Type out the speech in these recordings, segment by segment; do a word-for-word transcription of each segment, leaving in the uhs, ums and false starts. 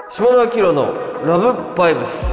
下田明のラブバイブス。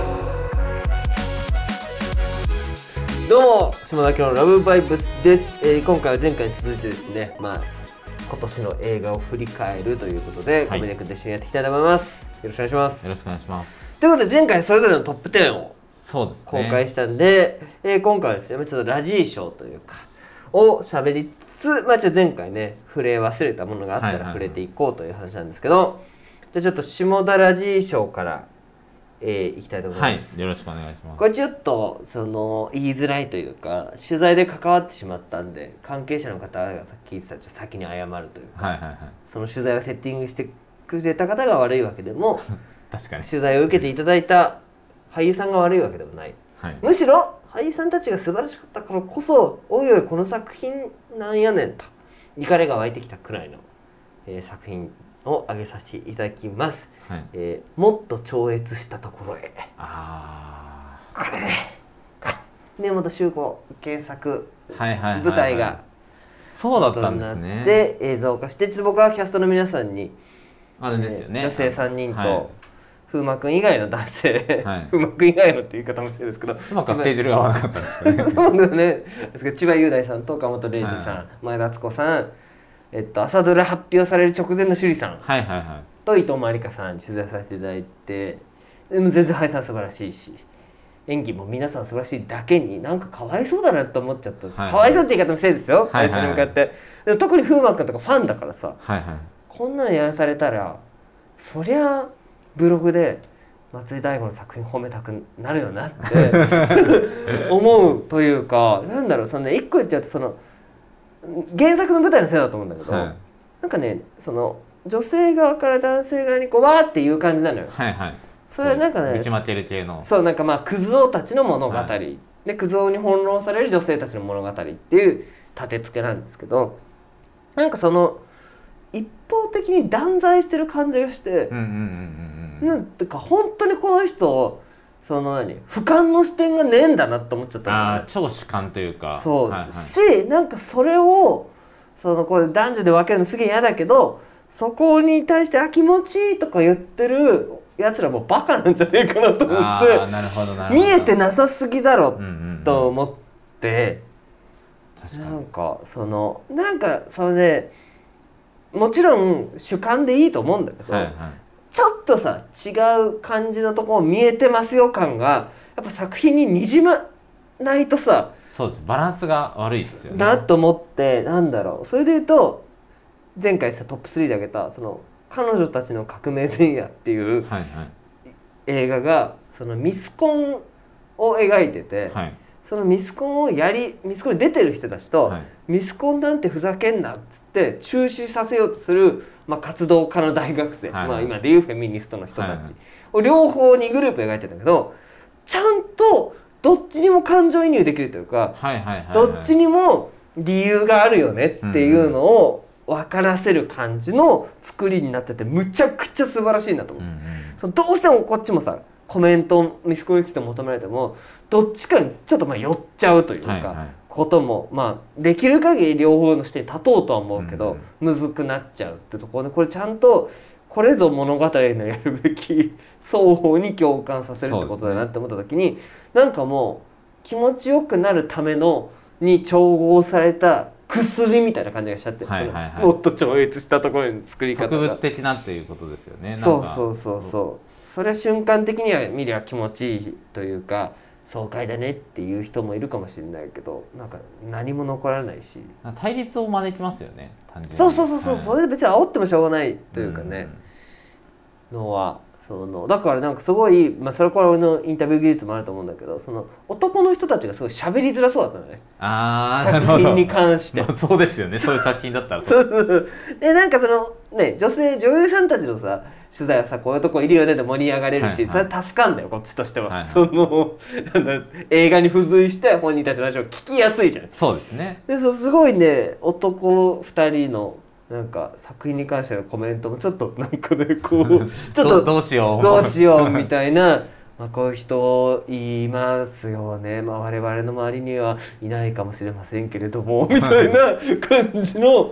どうも下田明のラブバイブスです、えー、今回は前回に続いてですね、まあ、今年の映画を振り返るということで、はい、小峰君と一緒にやっていきたいと思います。よろしくお願いします。 よろしくお願いします。 ということで前回それぞれのトップじゅうをそうです、ね、 公開したんで、えー、今回はですねちょっとラジー賞というかを喋りつつ、まあ、ちょっと前回ね触れ忘れたものがあったら触れていこうという話なんですけど、はいはいはい、じゃあちょっと下田ラジー賞から、えー、いきたいと思います。 はい、よろしくお願いします。 これちょっとその言いづらいというか取材で関わってしまったんで関係者の方が聞いてたらちょっと先に謝るというか、はいはいはい、その取材をセッティングしてくれた方が悪いわけでも確かに取材を受けていただいた俳優さんが悪いわけでもない、はい、むしろ俳優さんたちが素晴らしかったからこそおいおいこの作品なんやねんと怒りが湧いてきたくらいの、えー、作品を挙げさせていただきます、はい、えー、もっと超越したところへ。あこれね根本周子原作、はいはいはいはい、舞台がそうだったんですね。 で映像化してちょっと僕はキャストの皆さんにあれですよね、 えー、女性さんにんと、はい、風磨くん以外の男性、はい、風磨くん以外のっていう言い方もしてるんですけどうまくステージが合わなかったんですかねそうだね千葉雄大さんと岡本玲二さん、はい、前田敦子さん、えっと、朝ドラ発表される直前の趣里さん、はいはいはい、と伊藤まりかさん取材させていただいてでも全然俳優さん素晴らしいし演技も皆さん素晴らしいだけになんかかわいそうだなと思っちゃったんです、はいはい、かわいそうって言い方もせいですよ、はいはいはい、に向かってでも特に風磨くんとかファンだからさ、はいはい、こんなのやらされたらそりゃブログで松井大悟の作品褒めたくなるよなって思うというかなんだろうその、ね、一個言っちゃうとその原作の舞台のせいだと思うんだけど、はい、なんかねその女性側から男性側にこうわーっていう感じなのよ、はいはい、それはなんかねぶちまける系のそうなんかまあクズ王たちの物語、はい、でクズ王に翻弄される女性たちの物語っていう立て付けなんですけどなんかその一方的に断罪してる感じがして、うんうんうんうん、なんてか本当にこの人その何俯瞰の視点がねえんだなって思っちゃったの、ね、 あ超主観というかそう、はいはい、しなんかそれをそのこれ男女で分けるのすげえ嫌だけどそこに対してあ気持ちいいとか言ってるやつらもバカなんじゃねえかなと思ってあなるほどなるほど見えてなさすぎだろ、うんうんうん、と思って確かになんかそのなんかそれでもちろん主観でいいと思うんだけど、はいはい、ちょっとさ違う感じのところ見えてますよ感がやっぱ作品ににじまないとさそうですバランスが悪いですよねなと思ってなんだろうそれで言うと前回さトップスリーで挙げたその彼女たちの革命前夜っていう、はいはい、映画がそのミスコンを描いてて、はいそのミスコンをやりミスコンに出てる人たちと、はい、ミスコンなんてふざけんなっつって中止させようとする、まあ、活動家の大学生、はいはいまあ、今でいうフェミニストの人たちを両方にグループ描いてるんだけどちゃんとどっちにも感情移入できるというか、はいはいはいはい、どっちにも理由があるよねっていうのを分からせる感じの作りになっててむちゃくちゃ素晴らしいなと思う、うんうん、そのどうしてもこっちもさコメントミスコンについて求められてもどっちかにちょっとまあ寄っちゃうというか、はいはい、こともまあできる限り両方の視点に立とうとは思うけど、うんうん、むずくなっちゃうってところでこれちゃんとこれぞ物語のやるべき双方に共感させるってことだなって思った時に、ね、なんかもう気持ちよくなるためのに調合された薬みたいな感じがしちゃって、はいはいはい、もっと超越したところに作り方が植物的なっていうことですよね。 そうそうそうそうそれは瞬間的には見りゃ気持ちいいというか爽快だねっていう人もいるかもしれないけどなんか何も残らないし対立を招きますよね単純にそうそうそうそう、はい、それで別に煽ってもしょうがないというかね、うん、のはそのだからなんかすごい、まあ、それから俺のインタビュー技術もあると思うんだけどその男の人たちがすごい喋りづらそうだったのねあ作品に関して、 まあ、そうですよねそういう作品だったらそうそうそうでなんかそのね女性女優さんたちのさ取材はさこういうとこいるよねで盛り上がれるし、はいはい、それ助かんだよこっちとしては、はいはい、その映画に付随して本人たちの話を聞きやすいじゃんそうですねでそうすごいね男ふたりのなんか作品に関してのコメントもちょっとなんかねこうちょっとどうしようどうしようみたいなまあこういう人いますよね、まあ、我々の周りにはいないかもしれませんけれどもみたいな感じの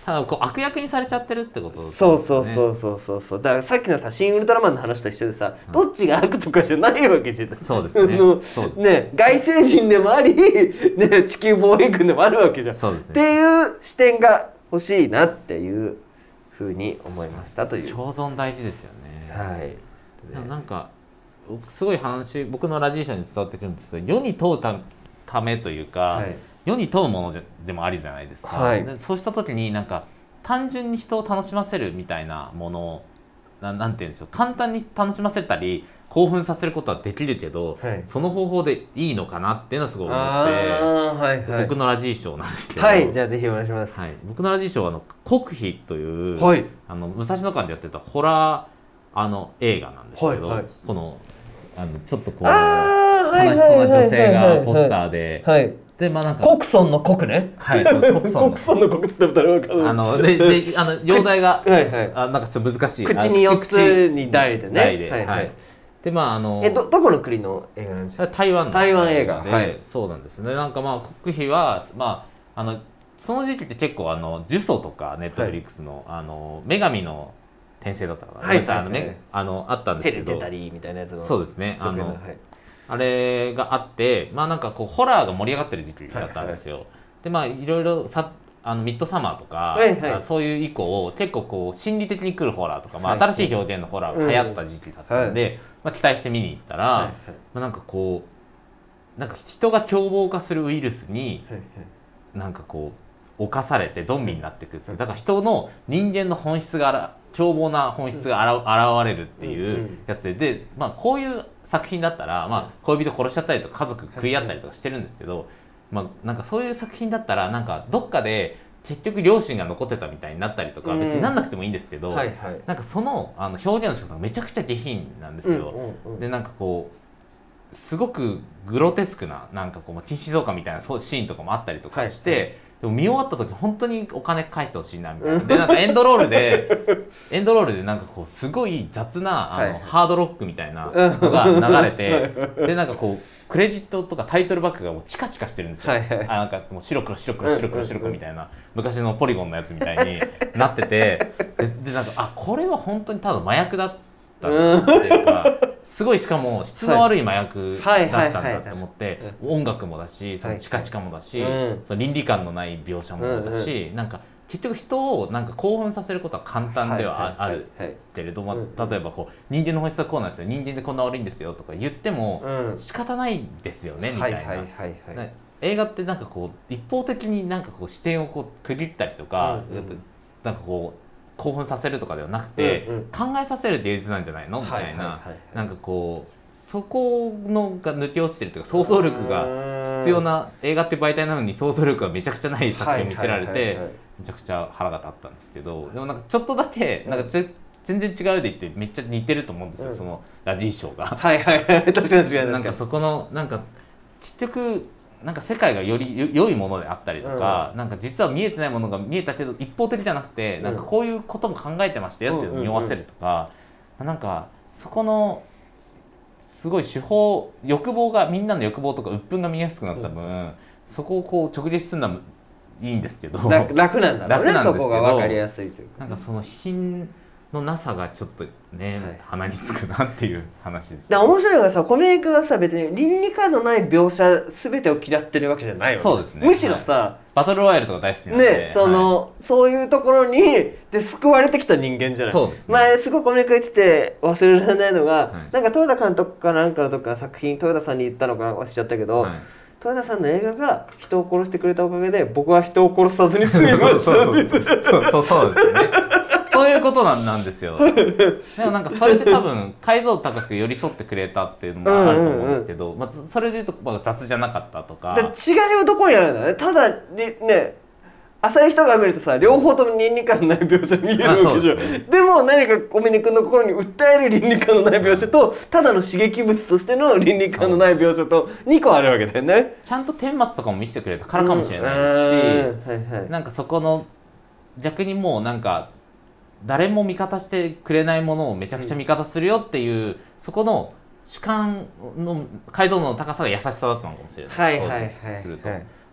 ただこう悪役にされちゃってるってことですね。 そうそうそうそうそうそう。だからさっきのさ新ウルトラマンの話と一緒でさ、うん、どっちが悪とかじゃないわけじゃない。 そうですね。 そうですね。外星人でもあり、ね、地球防衛軍でもあるわけじゃん。 そうですね。 っていう視点が欲しいなっていうふうに思いましたという。 共存大事ですよね。 はい。 でもなんかすごい話、僕のラジーションに伝わってくるんですけど、世に問うたためというか、はい、世に問うものでもありじゃないですか、はい、でそうした時になんか単純に人を楽しませるみたいなものを な, なんて言うんでしょう、簡単に楽しませたり興奮させることはできるけど、はい、その方法でいいのかなっていうのはすごい思って、はいはい、僕のラジーショーなんですけど、 はい、じゃあぜひお願いします、 はい、僕のラジーショーはあの国費という、 はい、 あの武蔵野館でやってたホラーあの映画なんですけど、はいはい、このあのちょっとこう悲しそうな女性がポスターで、はい、でまあなんか国村の国ね、 はい、国村の国って言ったら分かる。 あのでであの容体がはいはい、あなんかちょっと難しい。 口によっつに台でね。 台で、はいはい。でまああのえどどこの国の映画なんですか。 台湾の台湾映画。 はい。そうなんですね。なんかまあ国費はまああのその時期って結構あのジュソとかネットフリックスの、はい、あの女神の転生だったかな、はいはいはい、あのねあのあったんですけど、 ヘレテタリーみたいなやつのそうですね、あの、はい、あれがあってまあなんかこうホラーが盛り上がってる時期だったんですよ、はいはい、でまあいろいろさあのミッドサマーとか、はいはい、そういう以降結構こう心理的に来るホラーとか、まあ、新しい表現のホラーが流行った時期だったんで、はいはい、まあ、期待して見に行ったら、はいはい、まあ、なんかこうなんか人が凶暴化するウイルスに、はいはい、なんかこう侵されてゾンビになっていくって、だから人の人間の本質があら凶暴な本質があら現れるっていうやつで、で、まあ、こういう作品だったら、まあ、恋人殺しちゃったりとか家族食い合ったりとかしてるんですけど、まあ、なんかそういう作品だったらなんかどっかで結局両親が残ってたみたいになったりとか、別になんなくてもいいんですけど、はいはい、なんかその、あの表現の仕方がめちゃくちゃ下品なんですよ、うんうんうん、でなんかこうすごくグロテスクななんかこう珍静岡みたいなシーンとかもあったりとかして、はいはい、でも見終わった時本当にお金返してほしいなみたいなでなんかエンドロールでエンドロールでなんかこうすごい雑なあの、はい、ハードロックみたいなのが流れてでなんかこうクレジットとかタイトルバックがもうチカチカしてるんですよ、はいはい、あなんかもう白黒白黒白黒白黒みたいな昔のポリゴンのやつみたいになっててででなんかあこれは本当にただ麻薬だったっていうかすごいしかも質の悪い麻薬だったんだって思って音楽もだしそのチカチカもだし、はいはい、その倫理観のない描写もだし、うんうん、なんか結局人をなんか興奮させることは簡単ではあるけれども、例えばこう人間の本質はこうなんですよ、人間でこんな悪いんですよとか言っても仕方ないですよね、うん、みたいな、はいはいはいはい、映画ってなんかこう一方的になんかこう視点をこう区切ったりとか、うんうん、なんかこう興奮させるとかではなくて、うんうん、考えさせる芸術なんじゃないのみたいな、なんかこうそこのが抜け落ちてるというか想像力が必要な映画って媒体なのに想像力がめちゃくちゃない作品を見せられてめちゃくちゃ腹が立ったんですけど、でもなんかちょっとだけなんかち全然違うで言ってめっちゃ似てると思うんですよ、うん、そのラジーショーが。はいはいはい、確かに違いなんかそこのなんか結局なんか世界がより良いものであったりとか、うん、なんか実は見えてないものが見えたけど一方的じゃなくて、うん、なんかこういうことも考えてましたよっていうのを匂わせるとか、うんうんうん、なんかそこのすごい手法欲望がみんなの欲望とか鬱憤が見やすくなった分、うん、そこをこう直立するのはいいんですけど 楽, 楽なんだろうね、そこが分かりやすいというか、なんかその品のなさがちょっとね、はい、鼻につくなっていう話です。 だ面白いのがさ、コメイクがさ別に倫理観のない描写全てを嫌ってるわけじゃないよね。 そうですね。 むしろさ、はい、 バトルロワイヤルとか大好きなんでね、その、はい、そういうところにで救われてきた人間じゃない。 そうですね。 前すごいコメイク言ってて忘れられないのが、はい、なんか豊田監督かなんかのどっかの作品豊田さんに言ったのか忘れちゃったけど、はい、豊田さんの映画が人を殺してくれたおかげで僕は人を殺さずに済みましたみたいな。 そうそうそうですね。そういうことなんなんですよ。でもなんかそれで多分解像度高く寄り添ってくれたっていうのもあると思うんですけど、うんうんうん、まあ、それで言うとまあ雑じゃなかったとか。 違いはどこにあるんだね。ただね、浅い人が見るとさ両方とも倫理観のない描写に見えるわけじゃん。 で,、ね、でも何かコミネ君の心に訴える倫理観のない描写とただの刺激物としての倫理観のない描写とにこあるわけだよね。 ちゃんと顛末とかも見せてくれたからかもしれないですし、うんはいはい、なんかそこの逆にもうなんか誰も味方してくれないものをめちゃくちゃ味方するよっていう、うん、そこの主観の解像度の高さが優しさだったのかもしれない。 はいはいはい、はい、 すると、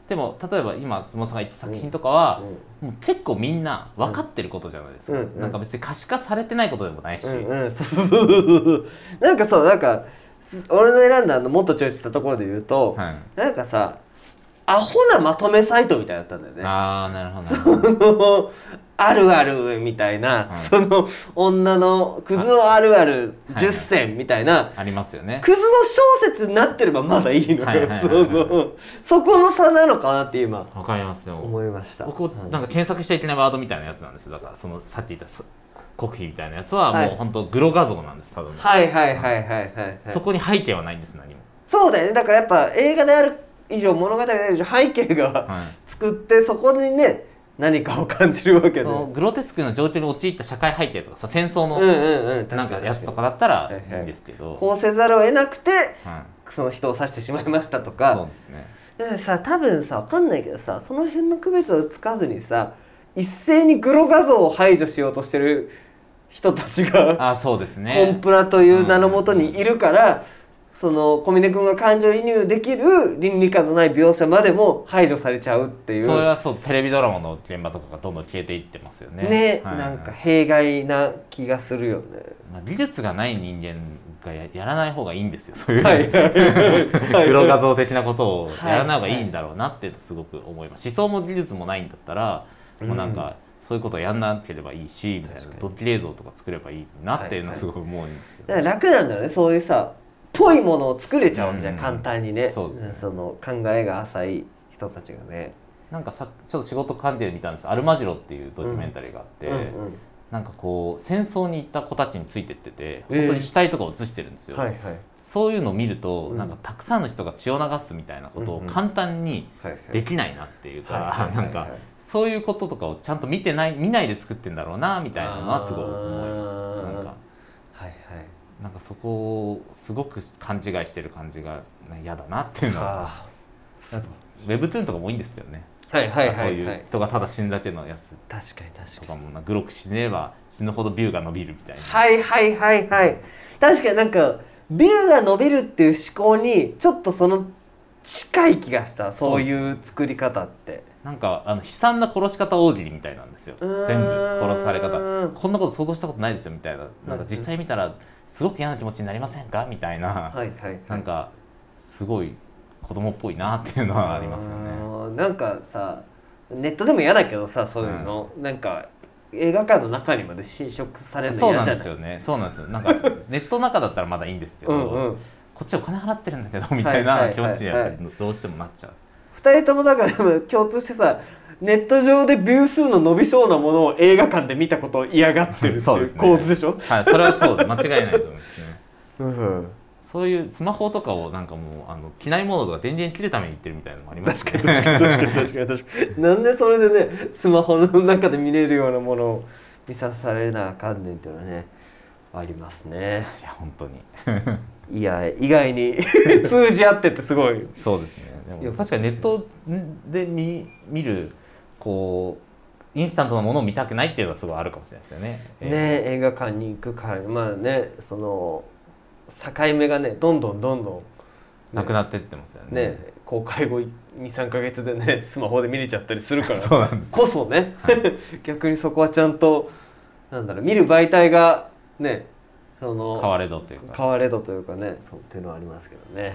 でも例えば今相撲さんが言った作品とかは、うん、もう結構みんな分かってることじゃないですか、うんうん、なんか別に可視化されてないことでもないし、うんうん、そうそうそうなんかそうなんか俺の選んだあのもっとチョイスしたところで言うと、はい、なんかさアホなまとめサイトみたいだったんだよね。 あーなるほど、 そのあるあるみたいな、はい、その女のクズ男あるあるじゅっせんみたいな、はいはい、 ありますよね。 クズの小説になってればまだいいのよ。そこの差なのかなって今わかりますよ。 思いました。 僕なんか検索しちゃいけないワードみたいなやつなんですよ。だからそのさっき言った国費みたいなやつはもう本当グロ画像なんです多分。 はいはいはいはいはい、はい、 そこに背景はないんです何も。 そうだよね。だからやっぱ映画である以上物語である以上背景が作って、はい、そこにね何かを感じるわけで、そのグロテスクな状況に陥った社会背景とかさ戦争のなんかやつとかだったらいいんですけど、 こうせざるを得なくて、はい、その人を刺してしまいましたとか。 そうですね。 だからさ多分さ分かんないけどさその辺の区別をつかずにさ一斉にグロ画像を排除しようとしてる人たちがあそうですねコンプラという名のもとにいるから、うんうん、その小峰君が感情移入できる倫理観のない描写までも排除されちゃうっていう。 それはそうテレビドラマの現場とかがどんどん消えていってますよね。 ね、はいはい、なんか弊害な気がするよね。 まあ、技術がない人間が や, やらない方がいいんですよそういう、はいはい、グロ画像的なことをやらない方がいいんだろうなってすごく思います。思想も技術もないんだったら、うん、もうなんかそういうことをやんなければいいしみたいなドッキリ映像とか作ればいいなっていうのはすごく思うんですけど、 はいはい、だから楽なんだろうねそういうさぽいものを作れちゃうんじゃん、うん、簡単にね。そうですね。その考えが浅い人たちがね。 なんかさちょっと仕事関係で見たんですアルマジロっていうドキュメンタリーがあって、うんうんうん、なんかこう戦争に行った子たちについてってて本当に死体とかを映してるんですよ、えーはいはい、そういうのを見ると、うん、なんかたくさんの人が血を流すみたいなことを簡単にできないなっていうかなんかそういうこととかをちゃんと見てない見ないで作ってんだろうなみたいなのはすごい思います。なんか、はいはい、なんかそこをすごく勘違いしてる感じが嫌だなっていうのはウェブトゥーンとかもいいんですけどね。はいはいはいはい、そういう人がただ死んだけのやつ確かに確かにとかもグロく死ねば死ぬほどビューが伸びるみたいな。 はいはいはいはい確かになんかビューが伸びるっていう思考にちょっとその近い気がした。そういう作り方ってなんかあの悲惨な殺し方大喜利みたいなんですよ。全部殺され方こんなこと想像したことないですよみたいな。なんか実際見たらすごく嫌な気持ちになりませんかみたいな、はいはいはい、なんかすごい子供っぽいなっていうのはありますよね。 なんかさネットでも嫌だけどさそういうの、うん、なんか映画館の中にまで侵食されるの嫌じゃない。 そうなんですよね。そうなんですよ。なんかネットの中だったらまだいいんですけどうん、うん、こっちお金払ってるんだけどみたいな気持ちにやっぱりどうしてもなっちゃう。 ふたりともだから共通してさネット上でビュー数の伸びそうなものを映画館で見たことを嫌がってるっていう構図でしょ。 はい、それはそう間違いないと思うんですね。うんそういうスマホとかをなんかもうあの機内モードとか電源切るために言ってるみたいなのもありますね。 確かに確かに確かに確かに確かになんでそれでねスマホの中で見れるようなものを見さされなあかんねんっていうのはねありますね。 いや本当にいや意外に通じ合っててすごい。 そうですね。でも確かにネットで 見, 見るこうインスタントなものを見たくないっていうのはすごいあるかもしれないですよね。 ね映画館に行くからまあねその境目がねどんどんどんどん、ね、 なくなってってますよね。 ね公開後 にさんかげつでねスマホで見れちゃったりするからそうなんですこそね、はい、逆にそこはちゃんとなんだろう見る媒体がねその変われどというか変われどというかねそうっていうのはありますけどね。はい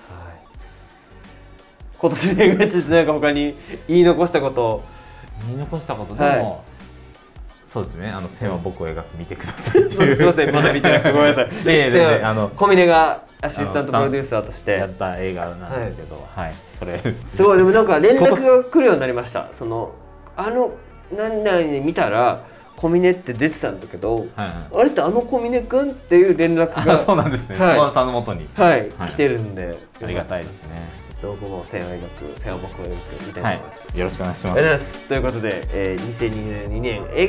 今年の映画についてなんか他に言い残したこと言い残したことでも、はいそうですね。あの線は僕を描く見てください。 すみませんまだ見てなくてごめんなさい。ででであの小峰がアシスタントプロデューサーとしてやった映画なんですけど、はい、はい、それすごいでもなんか連絡が来るようになりました。そのあの何々に見たら小峰って出てたんだけど、はいはい、あれってあの小峰くんっていう連絡がそうなんですね。小川さんの元にはい、はい、来てるんでありがたいですね。 僕も線を描く線を僕を描くみたいなと思います、 はい、よろしくお願いします。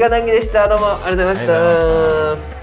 ということで、えー、にせんにじゅうにねん映画談義でした。どうもありがとうございました。